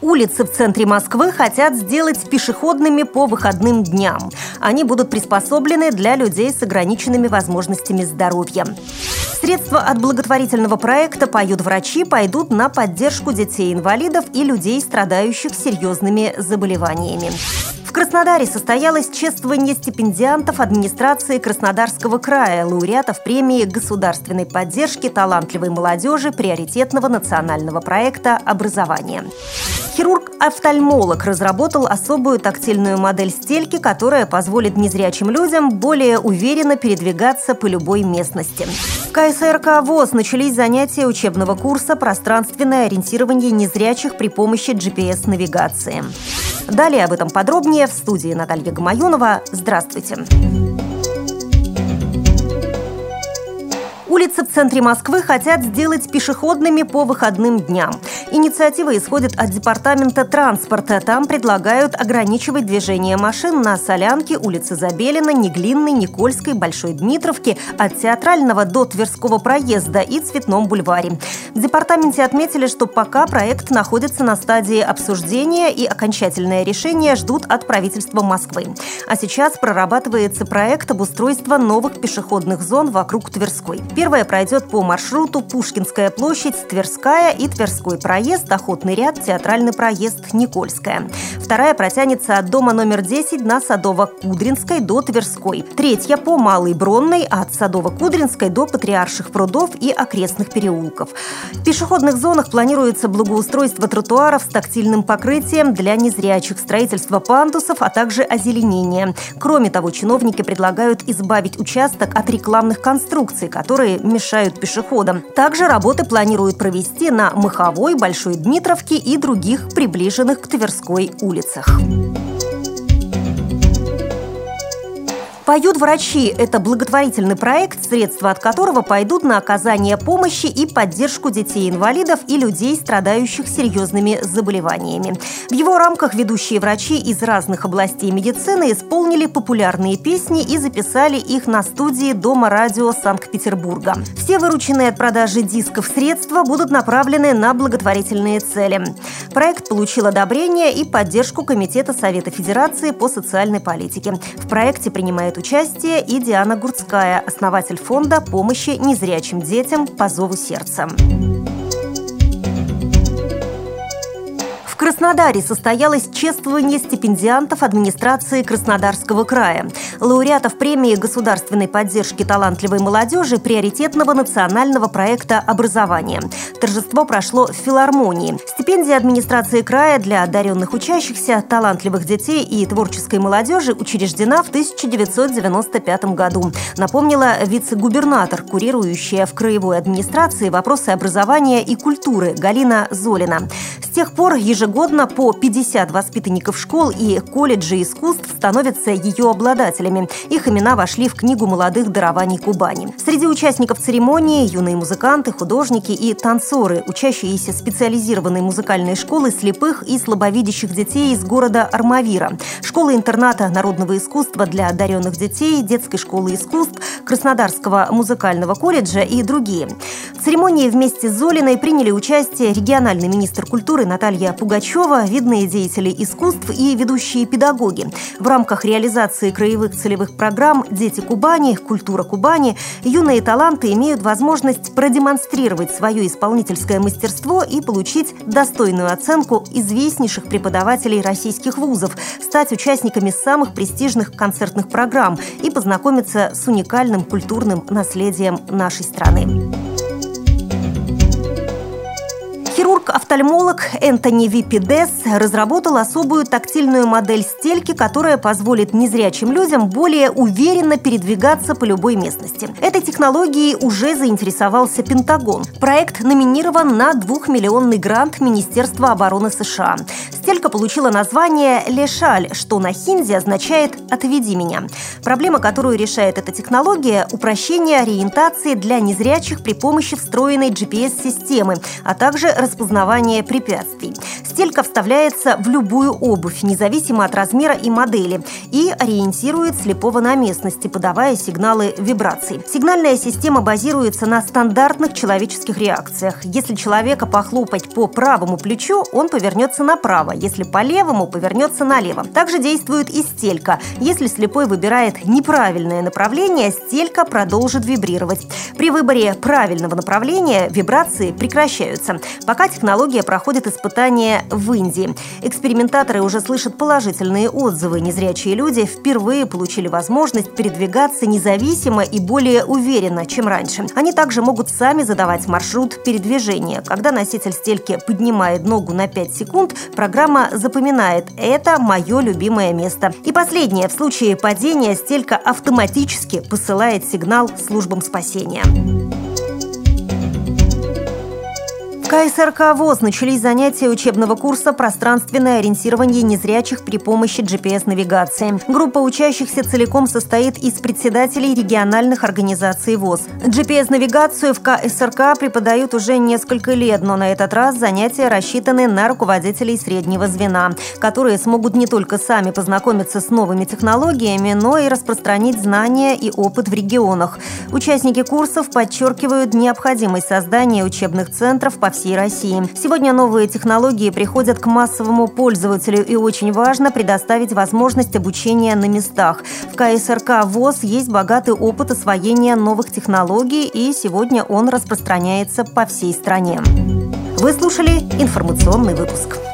Улицы в центре Москвы хотят сделать пешеходными по выходным дням. Они будут приспособлены для людей с ограниченными возможностями здоровья. Средства от благотворительного проекта «Поют врачи» пойдут на поддержку детей-инвалидов и людей, страдающих серьезными заболеваниями. В Краснодаре состоялось чествование стипендиантов администрации Краснодарского края, лауреатов премии государственной поддержки талантливой молодежи приоритетного национального проекта «Образование». Хирург-офтальмолог разработал особую тактильную модель стельки, которая позволит незрячим людям более уверенно передвигаться по любой местности. В КСРК ВОС начались занятия учебного курса «Пространственное ориентирование незрячих при помощи GPS-навигации». Далее об этом подробнее в студии Наталья Гамаюнова. Здравствуйте! Улицы в центре Москвы хотят сделать пешеходными по выходным дням. Инициатива исходит от департамента транспорта. Там предлагают ограничивать движение машин на Солянке, улице Забелина, Неглинной, Никольской, Большой Дмитровке, от Театрального до Тверского проезда и Цветном бульваре. В департаменте отметили, что пока проект находится на стадии обсуждения и окончательное решение ждут от правительства Москвы. А сейчас прорабатывается проект обустройства новых пешеходных зон вокруг Тверской. Первая пройдет по маршруту Пушкинская площадь, Тверская и Тверской проезд, Охотный ряд, Театральный проезд, Никольская. Вторая протянется от дома номер 10 на Садово-Кудринской до Тверской. Третья по Малой Бронной от Садово-Кудринской до Патриарших прудов и окрестных переулков. В пешеходных зонах планируется благоустройство тротуаров с тактильным покрытием для незрячих, строительство пандусов, а также озеленение. Кроме того, чиновники предлагают избавить участок от рекламных конструкций, которые мешают пешеходам. Также работы планируют провести на Маховой, Большой Дмитровке и других приближенных к Тверской улицах. «Поют врачи» – это благотворительный проект, средства от которого пойдут на оказание помощи и поддержку детей-инвалидов и людей, страдающих серьезными заболеваниями. В его рамках ведущие врачи из разных областей медицины исполнили популярные песни и записали их на студии Дома радио Санкт-Петербурга. Все вырученные от продажи дисков средства будут направлены на благотворительные цели. Проект получил одобрение и поддержку Комитета Совета Федерации по социальной политике. В проекте принимает участие и Диана Гурцкая, основатель фонда помощи незрячим детям «По зову сердца». В Краснодаре состоялось чествование стипендиантов администрации Краснодарского края, лауреатов премии государственной поддержки талантливой молодежи приоритетного национального проекта «Образование». Торжество прошло в филармонии. Стипендия администрации края для одаренных учащихся, талантливых детей и творческой молодежи учреждена в 1995 году, напомнила вице-губернатор, курирующая в краевой администрации вопросы образования и культуры Галина Золина. С тех пор ежегодно по 50 воспитанников школ и колледжей искусств становятся ее обладателями. Их имена вошли в Книгу молодых дарований Кубани. Среди участников церемонии юные музыканты, художники и танцоры, учащиеся специализированной музыкальной школы слепых и слабовидящих детей из города Армавира, школы-интерната народного искусства для одаренных детей, детской школы искусств, Краснодарского музыкального колледжа и другие. В церемонии вместе с Золиной приняли участие региональный министр культуры Наталья Пугачева, видные деятели искусств и ведущие педагоги. В рамках реализации краевых целевых программ «Дети Кубани», «Культура Кубани» юные таланты имеют возможность продемонстрировать свое исполнительское мастерство и получить достойную оценку известнейших преподавателей российских вузов, стать участниками самых престижных концертных программ и познакомиться с уникальным культурным наследием нашей страны. Хирург-офтальмолог Энтони Випидес разработал особую тактильную модель стельки, которая позволит незрячим людям более уверенно передвигаться по любой местности. Этой технологией уже заинтересовался Пентагон. Проект номинирован на 2-миллионный грант Министерства обороны США. Стелька получила название «Лешаль», что на хинди означает «отведи меня». Проблема, которую решает эта технология – упрощение ориентации для незрячих при помощи встроенной GPS-системы, а также распознавание препятствий. Стелька вставляется в любую обувь, независимо от размера и модели, и ориентирует слепого на местности, подавая сигналы вибраций. Сигнальная система базируется на стандартных человеческих реакциях. Если человека похлопать по правому плечу, он повернется направо, если по левому, повернется налево. Также действует и стелька. Если слепой выбирает неправильное направление, стелька продолжит вибрировать. При выборе правильного направления вибрации прекращаются. Пока технология проходит испытания в Индии. Экспериментаторы уже слышат положительные отзывы. Незрячие люди впервые получили возможность передвигаться независимо и более уверенно, чем раньше. Они также могут сами задавать маршрут передвижения. Когда носитель стельки поднимает ногу на 5 секунд, программа запоминает: это мое любимое место. И последнее. В случае падения стелька автоматически посылает сигнал службам спасения. В КСРК ВОС начались занятия учебного курса «Пространственное ориентирование незрячих при помощи GPS-навигации». Группа учащихся целиком состоит из председателей региональных организаций ВОС. GPS-навигацию в КСРК преподают уже несколько лет, но на этот раз занятия рассчитаны на руководителей среднего звена, которые смогут не только сами познакомиться с новыми технологиями, но и распространить знания и опыт в регионах. Участники курсов подчеркивают необходимость создания учебных центров по всей России. Сегодня новые технологии приходят к массовому пользователю, и очень важно предоставить возможность обучения на местах. В КСРК ВОС есть богатый опыт освоения новых технологий, и сегодня он распространяется по всей стране. Вы слушали информационный выпуск.